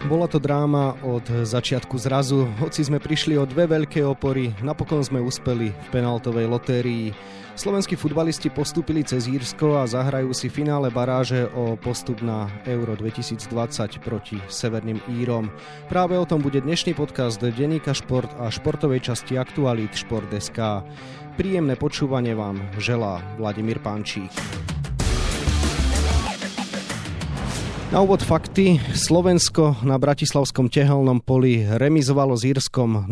Bola to dráma od začiatku zrazu, hoci sme prišli o dve veľké opory, napokon sme uspeli v penaltovej lotérii. Slovenskí futbalisti postúpili cez Írsko a zahrajú si finále baráže o postup na Euro 2020 proti Severným Írom. Práve o tom bude dnešný podcast denníka Šport a športovej časti aktualít Šport.sk. Príjemné počúvanie vám želá Vladimír Pančík. Na úvod fakty. Slovensko na bratislavskom tehelnom poli remizovalo s Írskom 0-0.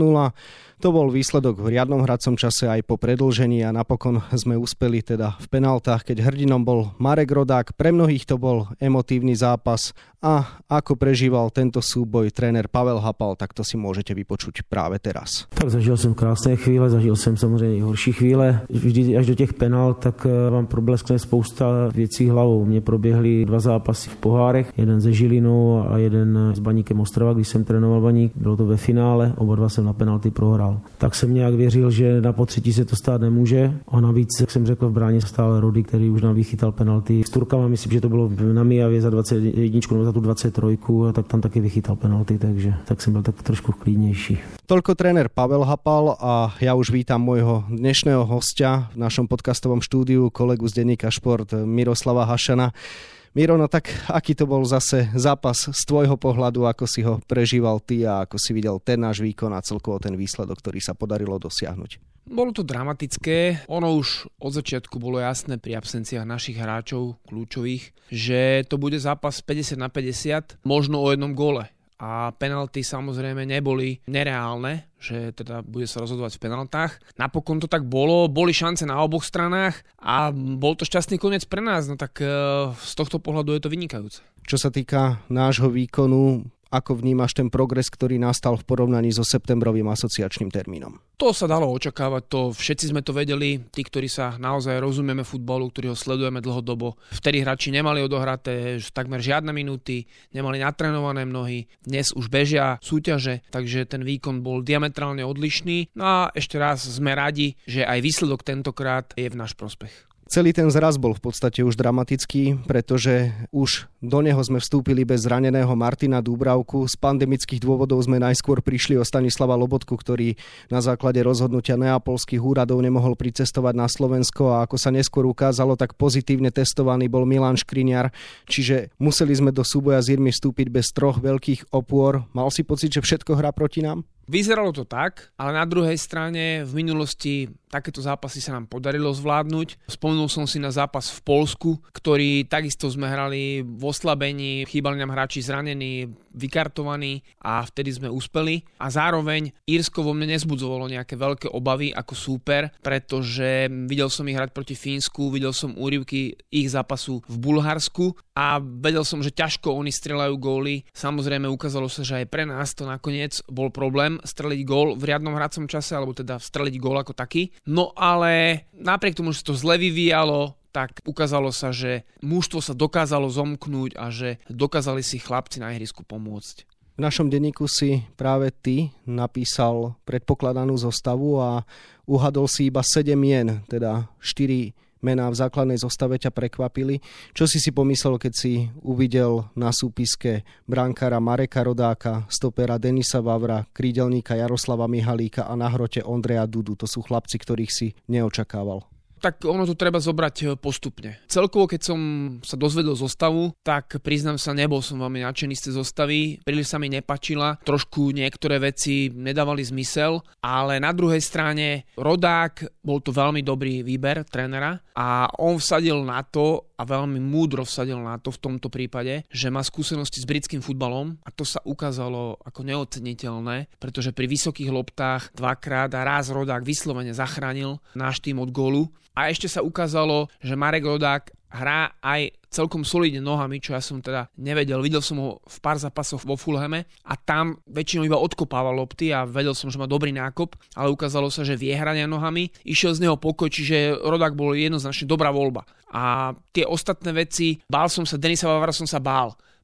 To bol výsledok v riadnom hracom čase aj po predĺžení a napokon sme uspeli teda v penaltách, keď hrdinom bol Marek Rodák. Pre mnohých to bol emotívny zápas a ako prežíval tento súboj tréner Pavel Hapal, tak to si môžete vypočuť práve teraz. Tak zažil jsem krásné chvíle, zažil jsem samozřejmě i horší chvíle. Vždy až do těch penalt, tak vám probleskne spousta věcí hlavou. Mně proběhly 2 zápasy v pohárech, jeden se Žilinou a jeden s Baníkem Ostrava, když jsem trénoval Baník. Bylo to ve finále, oba dva jsem na penalty prohrál. Tak jsem nějak věřil, že na potřetí se to stát nemůže. A navíc, jak jsem řekl, v bráně stál Rody, který už nám vychytal penalty. S Turkama myslím, že to bylo na Mijavě za 21, za tu 23, a tak tam taky vychytal penalty, takže tak jsem byl tak trošku klidnější. Toľko tréner Pavel Hapal a ja už vítam môjho dnešného hostia v našom podcastovom štúdiu, kolegu z denníka Šport Miroslava Hašana. Miro, no tak aký to bol zase zápas z tvojho pohľadu, ako si ho prežíval ty a ako si videl ten náš výkon a celkovo ten výsledok, ktorý sa podarilo dosiahnuť? Bolo to dramatické. Ono už od začiatku bolo jasné pri absenciách našich hráčov kľúčových, že to bude zápas 50-50, možno o jednom góle. A penalty samozrejme neboli nereálne, že teda bude sa rozhodovať v penaltách. Napokon to tak bolo, boli šance na oboch stranách a bol to šťastný koniec pre nás, no tak z tohto pohľadu je to vynikajúce. Čo sa týka nášho výkonu, ako vnímaš ten progres, ktorý nastal v porovnaní so septembrovým asociačným termínom? To sa dalo očakávať, všetci sme to vedeli, tí, ktorí sa naozaj rozumieme futbalu, ktorí ho sledujeme dlhodobo. Vtedy hráči nemali odohraté takmer žiadne minúty, nemali natrénované mnohí, dnes už bežia súťaže, takže ten výkon bol diametrálne odlišný. No a ešte raz sme radi, že aj výsledok tentokrát je v náš prospech. Celý ten zraz bol v podstate už dramatický, pretože už do neho sme vstúpili bez zraneného Martina Dúbravku. Z pandemických dôvodov sme najskôr prišli o Stanislava Lobotku, ktorý na základe rozhodnutia neapolských úradov nemohol pricestovať na Slovensko a ako sa neskôr ukázalo, tak pozitívne testovaný bol Milan Škriňar, čiže museli sme do súboja s Írmi vstúpiť bez 3 veľkých opôr. Mal si pocit, že všetko hrá proti nám? Vyzeralo to tak, ale na druhej strane v minulosti takéto zápasy sa nám podarilo zvládnuť. Spomenul som si na zápas v Poľsku, ktorý takisto sme hrali v oslabení, chýbali nám hráči zranení, vykartovaní a vtedy sme uspeli. A zároveň Írsko vo mne nezbudzovalo nejaké veľké obavy ako súper, pretože videl som ich hrať proti Fínsku, videl som úryvky ich zápasu v Bulharsku a vedel som, že ťažko oni strieľajú góly. Samozrejme ukázalo sa, že aj pre nás to nakoniec bol problém streliť gól v riadnom hracom čase, alebo teda streliť gól ako taký. No ale napriek tomu, že to zle vyvíjalo, tak ukázalo sa, že mužstvo sa dokázalo zomknúť a že dokázali si chlapci na ihrisku pomôcť. V našom denníku si práve ty napísal predpokladanú zostavu a uhadol si iba 7 mien, teda 4 mená v základnej zostave ťa prekvapili. Čo si pomyslel, keď si uvidel na súpiske brankára Mareka Rodáka, stopera Denisa Vavra, krídelníka Jaroslava Mihalíka a na hrote Ondreja Dudu? To sú chlapci, ktorých si neočakával. Tak ono to treba zobrať postupne. Celkovo, keď som sa dozvedel zostavu, tak priznám sa, nebol som veľmi nadšený z tej zostavy. Príliš sa mi nepačila, trošku niektoré veci nedávali zmysel, ale na druhej strane Rodák, bol to veľmi dobrý výber trénera a on vsadil na to, a veľmi múdro vsadil na to v tomto prípade, že má skúsenosti s britským futbalom a to sa ukázalo ako neoceniteľné, pretože pri vysokých loptách 2-krát a raz Rodák vyslovene zachránil náš tým od gólu. A ešte sa ukázalo, že Marek Rodák hrá aj celkom solidne nohami, čo ja som teda nevedel. Videl som ho v pár zápasoch vo Fulhame a tam väčšinou iba odkopával lopty a vedel som, že má dobrý nákop, ale ukázalo sa, že vie hrať aj nohami. Išiel z neho pokoj, čiže Rodák bol jednoznačne dobrá voľba. A tie ostatné veci, bál som sa, Denisa Vavra som sa bál,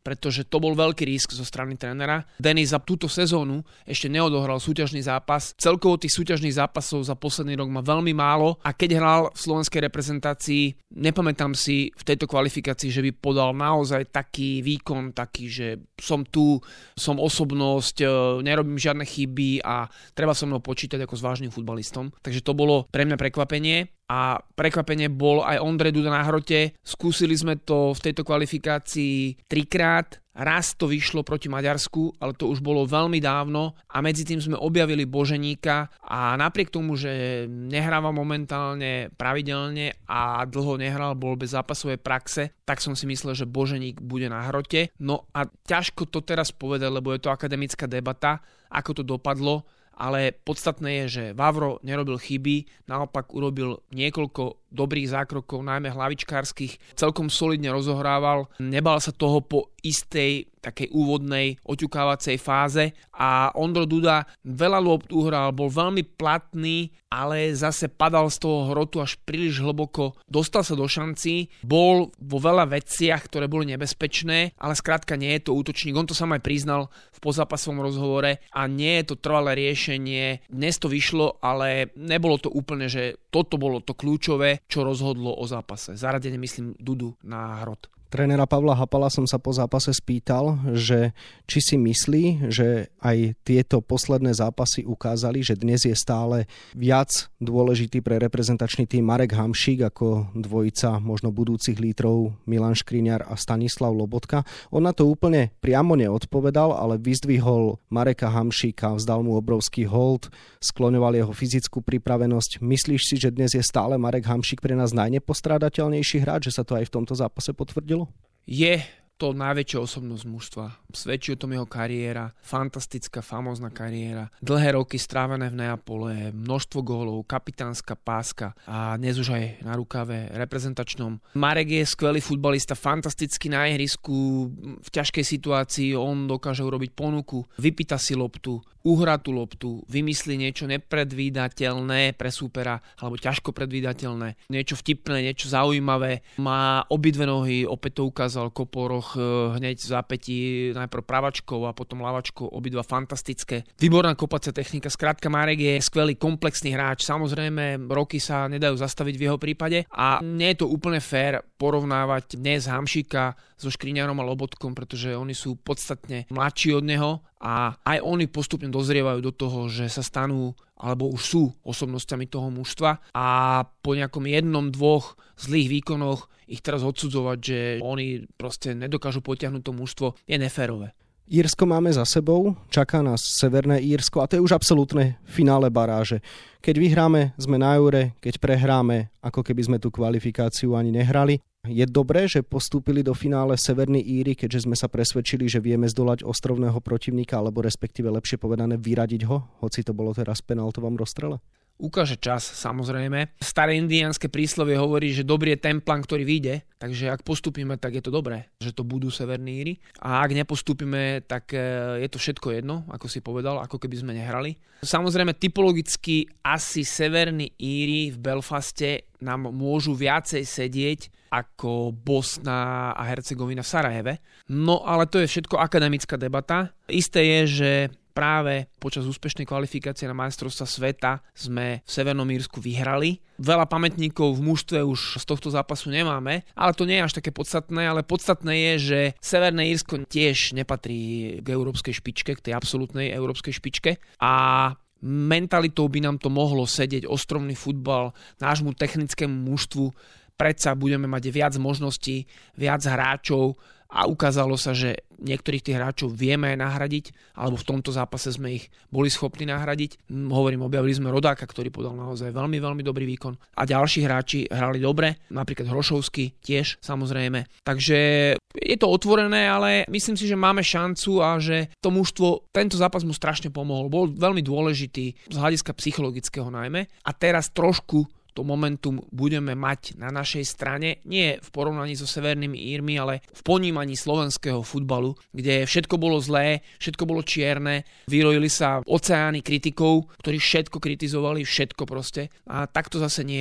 pretože to bol veľký risk zo strany trénera. Denis za túto sezónu ešte neodohral súťažný zápas. Celkovo tých súťažných zápasov za posledný rok má veľmi málo a keď hral v slovenskej reprezentácii, nepamätám si v tejto kvalifikácii, že by podal naozaj taký výkon, taký, že som tu, som osobnosť, nerobím žiadne chyby a treba so mnou počítať ako s vážnym futbalistom. Takže to bolo pre mňa prekvapenie. A prekvapenie bol aj Ondrej Duda na hrote. Skúsili sme to v tejto kvalifikácii 3-krát. Raz to vyšlo proti Maďarsku, ale to už bolo veľmi dávno a medzi tým sme objavili Boženíka a napriek tomu, že nehráva momentálne pravidelne a dlho nehral, bol bez zápasovej praxe, tak som si myslel, že Boženík bude na hrote. No a ťažko to teraz povedať, lebo je to akademická debata, ako to dopadlo. Ale podstatné je, že Vavro nerobil chyby, naopak urobil niekoľko dobrých zákrokov, najmä hlavičkárskych, celkom solidne rozohrával, nebal sa toho po istej takej úvodnej oťukávacej fáze a Ondro Duda veľa lôb uhral, bol veľmi platný, ale zase padal z toho hrotu až príliš hlboko, dostal sa do šancí, bol vo veľa veciach, ktoré boli nebezpečné, ale skrátka nie je to útočník, on to sám aj priznal v pozápasovom rozhovore a nie je to trvalé riešenie, dnes to vyšlo, ale nebolo to úplne, že toto bolo to kľúčové, čo rozhodlo o zápase. Zaradene myslím Dudu na hrot. Trénera Pavla Hapala som sa po zápase spýtal, že či si myslí, že aj tieto posledné zápasy ukázali, že dnes je stále viac dôležitý pre reprezentačný tým Marek Hamšík ako dvojica možno budúcich lítrov Milan Škriňar a Stanislav Lobotka. On na to úplne priamo neodpovedal, ale vyzdvihol Mareka Hamšíka, vzdal mu obrovský hold, skloňoval jeho fyzickú pripravenosť. Myslíš si, že dnes je stále Marek Hamšík pre nás najnepostrádateľnejší hráč, že sa to aj v tomto zápase potvrdilo? Je to najväčšia osobnosť mužstva. Svedčí o tom jeho kariéra, fantastická, famózna kariéra, dlhé roky strávené v Neapole, množstvo gólov, kapitánska páska a dnes už aj na rukave reprezentačnom. Marek je skvelý futbalista, fantastický na ihrisku, v ťažkej situácii on dokáže urobiť ponuku, vypýta si loptu, uhrá tú loptu, vymyslí niečo nepredvídateľné pre súpera, alebo ťažko predvídateľné, niečo vtipné, niečo zaujímavé. Má obidve nohy, opäť to ukázal Koporoch hneď v zápätí, najprv pravačkou a potom ľavačkou, obidva fantastické. Výborná kopacia technika, skrátka Marek je skvelý komplexný hráč, samozrejme roky sa nedajú zastaviť v jeho prípade a nie je to úplne fér porovnávať dnes Hamšíka so Škriňarom a Lobotkom, pretože oni sú podstatne mladší od neho a aj oni postupne dozrievajú do toho, že sa stanú alebo už sú osobnosťami toho mužstva a po nejakom jednom, dvoch zlých výkonoch ich teraz odsudzovať, že oni proste nedokážu potiahnuť to mužstvo, je neférové. Írsko máme za sebou, čaká nás Severné Írsko a to je už absolútne finále baráže. Keď vyhráme, sme na Eure, keď prehráme, ako keby sme tú kvalifikáciu ani nehrali. Je dobré, že postúpili do finále Severní Íri, keďže sme sa presvedčili, že vieme zdolať ostrovného protivníka, alebo respektíve lepšie povedané vyradiť ho, hoci to bolo teraz v penaltovom rozstrele? Ukáže čas, samozrejme. Staré indiánske príslovie hovorí, že dobrý je ten plán, ktorý vyjde, takže ak postúpime, tak je to dobré, že to budú Severní Íri. A ak nepostúpime, tak je to všetko jedno, ako si povedal, ako keby sme nehrali. Samozrejme, typologicky asi Severní Íri v Belfaste nám môžu viacej sedieť ako Bosna a Hercegovina v Sarajeve. No ale to je všetko akademická debata. Isté je, že práve počas úspešnej kvalifikácie na majstrovstvá sveta sme v Severnom Írsku vyhrali. Veľa pamätníkov v mužstve už z tohto zápasu nemáme, ale to nie je až také podstatné, ale podstatné je, že Severné Írsko tiež nepatrí k európskej špičke, k tej absolútnej európskej špičke a mentalitou by nám to mohlo sedieť ostrovný futbal, nášmu technickému mužstvu. Predsa budeme mať viac možností, viac hráčov a ukázalo sa, že niektorých tých hráčov vieme aj nahradiť, alebo v tomto zápase sme ich boli schopní nahradiť. Hovorím, objavili sme Rodáka, ktorý podal naozaj veľmi, veľmi dobrý výkon a ďalší hráči hrali dobre, napríklad Hrošovský tiež, samozrejme. Takže je to otvorené, ale myslím si, že máme šancu a že to mužstvo, tento zápas mu strašne pomohol. Bol veľmi dôležitý z hľadiska psychologického najmä a teraz trošku to momentum budeme mať na našej strane, nie v porovnaní so Severnými Írmi, ale v ponímaní slovenského futbalu, kde všetko bolo zlé, všetko bolo čierne, vyrojili sa oceány kritikov, ktorí všetko kritizovali, všetko proste. A tak to zase nie je.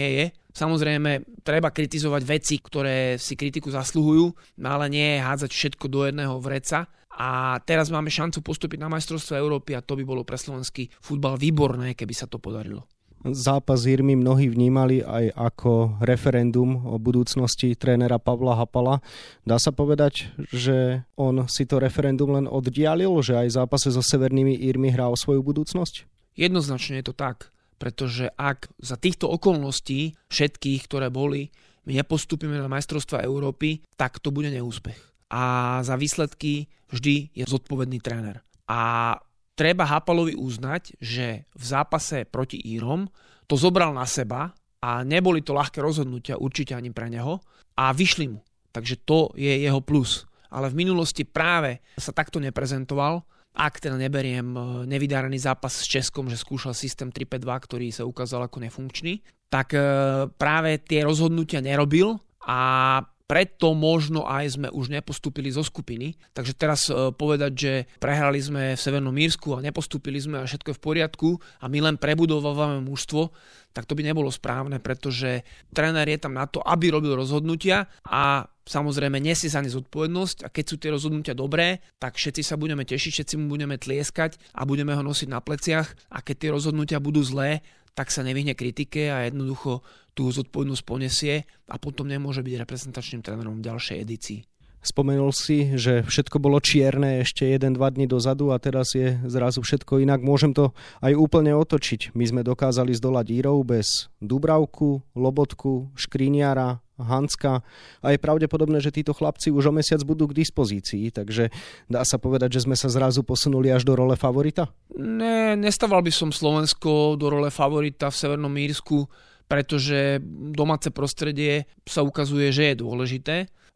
Samozrejme, treba kritizovať veci, ktoré si kritiku zasluhujú, ale nie hádzať všetko do jedného vreca. A teraz máme šancu postúpiť na majstrovstvo Európy a to by bolo pre slovenský futbal výborné, keby sa to podarilo. Zápas s Írmi mnohí vnímali aj ako referendum o budúcnosti trénera Pavla Hapala. Dá sa povedať, že on si to referendum len oddialil, že aj v zápase so Severnými Írmi hrá o svoju budúcnosť? Jednoznačne je to tak, pretože ak za týchto okolností všetkých, ktoré boli, my nepostúpime na majstrovstvá Európy, tak to bude neúspech. A za výsledky vždy je zodpovedný tréner. A treba Hapalovi uznať, že v zápase proti Írom to zobral na seba a neboli to ľahké rozhodnutia určite ani pre neho a vyšli mu. Takže to je jeho plus. Ale v minulosti práve sa takto neprezentoval. Ak teda neberiem nevydarený zápas s Českom, že skúšal systém 3-5-2, ktorý sa ukázal ako nefunkčný, tak práve tie rozhodnutia nerobil a preto možno aj sme už nepostúpili zo skupiny. Takže teraz povedať, že prehrali sme v Severnom Írsku a nepostúpili sme a všetko je v poriadku a my len prebudovávame mužstvo, tak to by nebolo správne, pretože tréner je tam na to, aby robil rozhodnutia a samozrejme nesie za ne zodpovednosť a keď sú tie rozhodnutia dobré, tak všetci sa budeme tešiť, všetci mu budeme tlieskať a budeme ho nosiť na pleciach a keď tie rozhodnutia budú zlé, tak sa nevyhne kritike a jednoducho tú zodpovednosť ponesie a potom nemôže byť reprezentačným trénerom v ďalšej edícii. Spomenul si, že všetko bolo čierne ešte 1-2 dní dozadu a teraz je zrazu všetko inak. Môžem to aj úplne otočiť. My sme dokázali zdolať Írov bez Dubravku, Lobotku, Škriniara, Hanska a je pravdepodobné, že títo chlapci už o mesiac budú k dispozícii, takže dá sa povedať, že sme sa zrazu posunuli až do role favorita? Nestával by som Slovensko do role favorita v Severnom Írsku, pretože domáce prostredie sa ukazuje, že je dôležité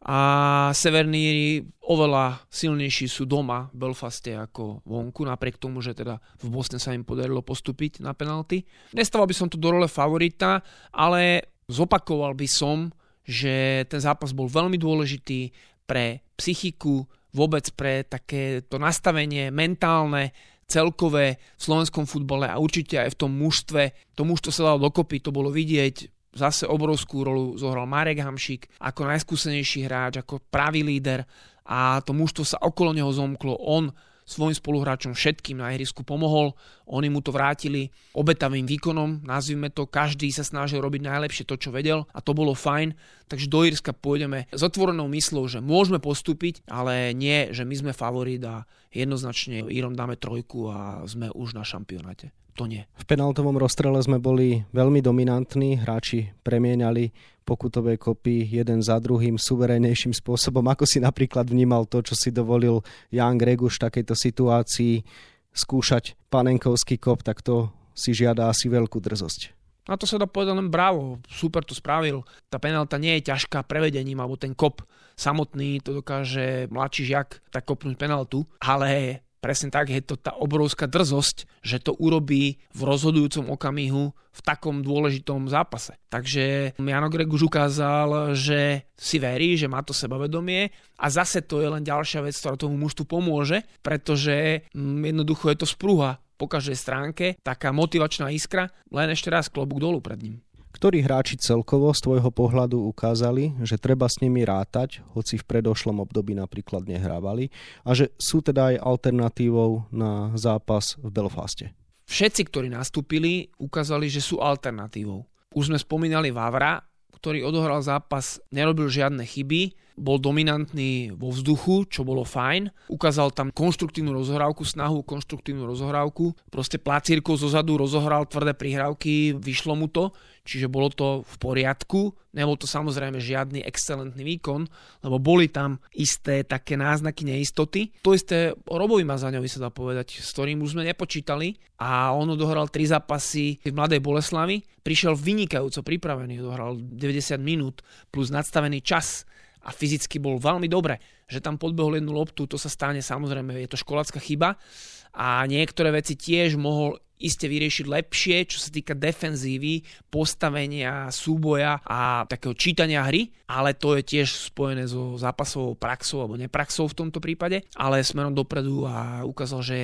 a Severní Íri oveľa silnejší sú doma v Belfaste ako vonku, napriek tomu, že teda v Bosne sa im podarilo postúpiť na penalty. Nestával by som to do role favorita, ale zopakoval by som, že ten zápas bol veľmi dôležitý pre psychiku, vôbec pre takéto nastavenie mentálne, celkové v slovenskom futbale a určite aj v tom mužstve. To mužstvo sa dalo dokopy, to bolo vidieť. Zase obrovskú rolu zohral Marek Hamšík ako najskúsenejší hráč, ako pravý líder a to mužstvo sa okolo neho zomklo. On svojim spoluhráčom všetkým na ihrisku pomohol, oni mu to vrátili obetavým výkonom, nazvime to, každý sa snažil robiť najlepšie to, čo vedel a to bolo fajn, takže do Írska pôjdeme s otvorenou myslou, že môžeme postúpiť, ale nie, že my sme favorit a jednoznačne Írom dáme 3 a sme už na šampionáte. To nie. V penaltovom rozstrele sme boli veľmi dominantní, hráči premieňali pokutové kopy jeden za druhým suverénnejším spôsobom. Ako si napríklad vnímal to, čo si dovolil Jan Greguš v takejto situácii skúšať panenkovský kop, tak to si žiada asi veľkú drzosť. Na to sa dá povedať len bravo, super to spravil. Tá penálta nie je ťažká prevedením, alebo ten kop samotný to dokáže mladší žiak tak kopnúť penáltu, ale presne tak, je to tá obrovská drzosť, že to urobí v rozhodujúcom okamihu v takom dôležitom zápase. Takže Jano Greguš ukázal, že si verí, že má to sebavedomie a zase to je len ďalšia vec, ktorá tomu mužstvu pomôže, pretože jednoducho je to sprúha po každej stránke, taká motivačná iskra, len ešte raz klobúk dolu pred ním. Ktorí hráči celkovo z tvojho pohľadu ukázali, že treba s nimi rátať, hoci v predošlom období napríklad nehrávali, a že sú teda aj alternatívou na zápas v Belfaste? Všetci, ktorí nastúpili, ukázali, že sú alternatívou. Už sme spomínali Vavra, ktorý odohral zápas, nerobil žiadne chyby, bol dominantný vo vzduchu, čo bolo fajn. Ukázal tam konštruktívnu rozohrávku, snahu konštruktívnu rozohrávku. Proste placírkou zozadu rozohral tvrdé prihrávky, vyšlo mu to, čiže bolo to v poriadku. Nebol to samozrejme žiadny excelentný výkon, lebo boli tam isté také náznaky neistoty. To isté o Robovi Mazáňovi sa dá povedať, s ktorým už sme nepočítali a on odohral 3 zápasy v Mladej Boleslavi. Prišiel vynikajúco pripravený, odohral 90 minút plus nadstavený čas a fyzicky bol veľmi dobre, že tam podbehol jednu loptu, to sa stane, samozrejme, je to školácka chyba a niektoré veci tiež mohol iste vyriešiť lepšie, čo sa týka defenzívy, postavenia, súboja a takého čítania hry, ale to je tiež spojené so zápasovou praxou alebo nepraxou v tomto prípade, ale smerom dopredu a ukázal, že je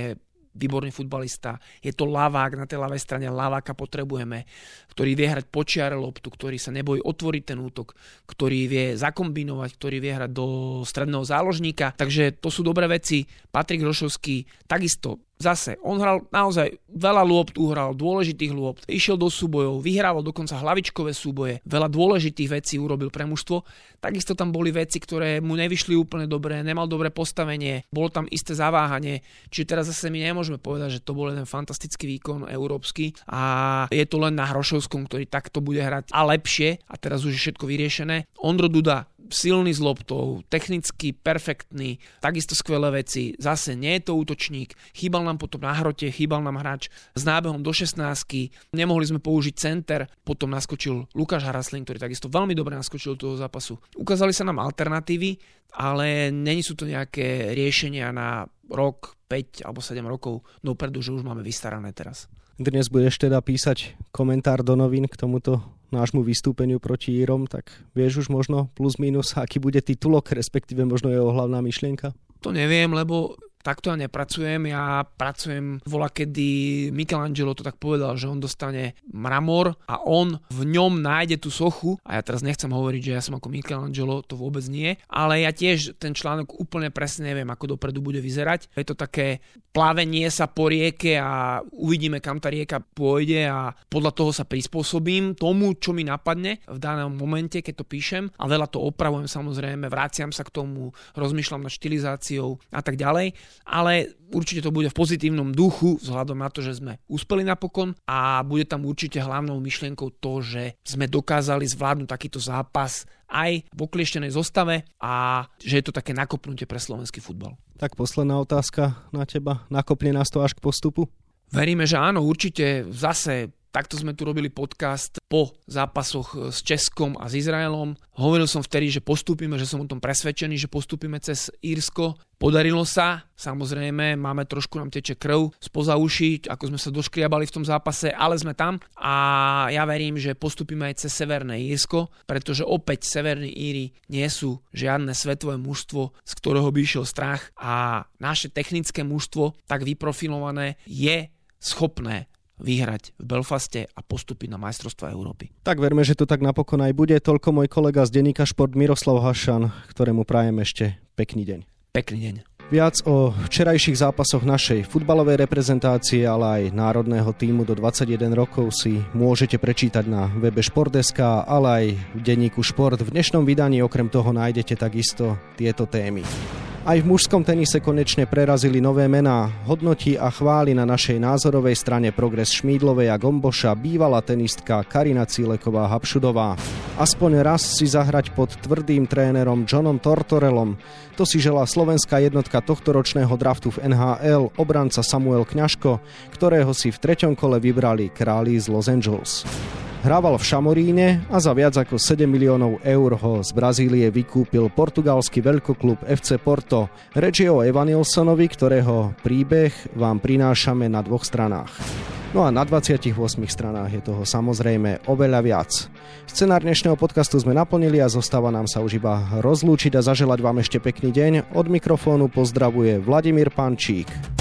výborný futbalista. Je to ľavák, na tej ľavej strane ľaváka potrebujeme, ktorý vie hrať počiare loptu, ktorý sa nebojí otvoriť ten útok, ktorý vie zakombinovať, ktorý vie hrať do stredného záložníka. Takže to sú dobré veci. Patrik Hrošovský takisto. Zase, on hral naozaj veľa lôpt, uhral dôležitých lôpt, išiel do súbojov, vyhrával dokonca hlavičkové súboje, veľa dôležitých vecí urobil pre mužstvo. Takisto tam boli veci, ktoré mu nevyšli úplne dobre, nemal dobré postavenie, bolo tam isté zaváhanie. Čiže teraz zase my nemôžeme povedať, že to bol jeden fantastický výkon európsky a je to len na Hrošovskom, ktorý takto bude hrať a lepšie a teraz už je všetko vyriešené. Ondro Duda, silný s loptou, technicky perfektný, takisto skvelé veci. Zase nie je to útočník, chýbal nám potom na hrote, chýbal nám hráč s nábehom do 16, nemohli sme použiť center, potom naskočil Lukáš Haraslín, ktorý takisto veľmi dobre naskočil do toho zápasu. Ukázali sa nám alternatívy, ale není sú to nejaké riešenia na rok, 5 alebo 7 rokov dopredu, že už máme vystarané teraz. Dnes budeš teda písať komentár do novín k tomuto nášmu vystúpeniu proti Írom, tak vieš už možno plus minus, aký bude titulok, respektíve možno jeho hlavná myšlienka? To neviem, lebo takto ja nepracujem. Ja pracujem volakedy Michelangelo to tak povedal, že on dostane mramor a on v ňom nájde tú sochu. A ja teraz nechcem hovoriť, že ja som ako Michelangelo, to vôbec nie. Ale ja tiež ten článok úplne presne neviem, ako dopredu bude vyzerať. Je to také plavenie sa po rieke a uvidíme, kam tá rieka pôjde a podľa toho sa prispôsobím tomu, čo mi napadne v danom momente, keď to píšem. A veľa to opravujem samozrejme, vraciam sa k tomu, rozmýšľam nad štilizáciou a tak ďalej. Ale určite to bude v pozitívnom duchu vzhľadom na to, že sme uspeli napokon a bude tam určite hlavnou myšlienkou to, že sme dokázali zvládnuť takýto zápas aj v oklieštenej zostave a že je to také nakopnutie pre slovenský futbal. Tak posledná otázka na teba. Nakopne nás to až k postupu? Veríme, že áno, určite. Zase takto sme tu robili podcast po zápasoch s Českom a s Izraelom. Hovoril som vtedy, že postúpime, že som o tom presvedčený, že postúpime cez Írsko. Podarilo sa, samozrejme, máme trošku, nám teče krv spoza uší, ako sme sa doškriabali v tom zápase, ale sme tam a ja verím, že postúpime aj cez Severné Írsko, pretože opäť Severní Íri nie sú žiadne svetové mužstvo, z ktorého by išiel strach a naše technické mužstvo, tak vyprofilované, je schopné vyhrať v Belfaste a postúpiť na majstrovstvá Európy. Tak verme, že to tak napokon aj bude. Toľko môj kolega z denníka Šport Miroslav Hašan, ktorému prajem ešte pekný deň. Pekný deň. Viac o včerajších zápasoch našej futbalovej reprezentácie, ale aj národného tímu do 21 rokov si môžete prečítať na webe Šport.sk, ale aj v denníku Šport. V dnešnom vydaní okrem toho nájdete takisto tieto témy. Aj v mužskom tenise konečne prerazili nové mená. Hodnotí a chváli na našej názorovej strane progres Šmídlovej a Gomboša bývalá tenistka Karina Cíleková-Habšudová. Aspoň raz si zahrať pod tvrdým trénerom Johnom Tortorellom. To si želá slovenská jednotka tohtoročného draftu v NHL, obranca Samuel Kňažko, ktorého si v 3. kole vybrali králi z Los Angeles. Hrával v Šamoríne a za viac ako 7 miliónov eur ho z Brazílie vykúpil portugalský veľkoklub FC Porto. Reč je o Evanilsonovi, ktorého príbeh vám prinášame na 2 stranách. No a na 28 stranách je toho samozrejme oveľa viac. Scenár dnešného podcastu sme naplnili a zostáva nám sa už iba rozlúčiť a zaželať vám ešte pekný deň. Od mikrofónu pozdravuje Vladimír Pančík.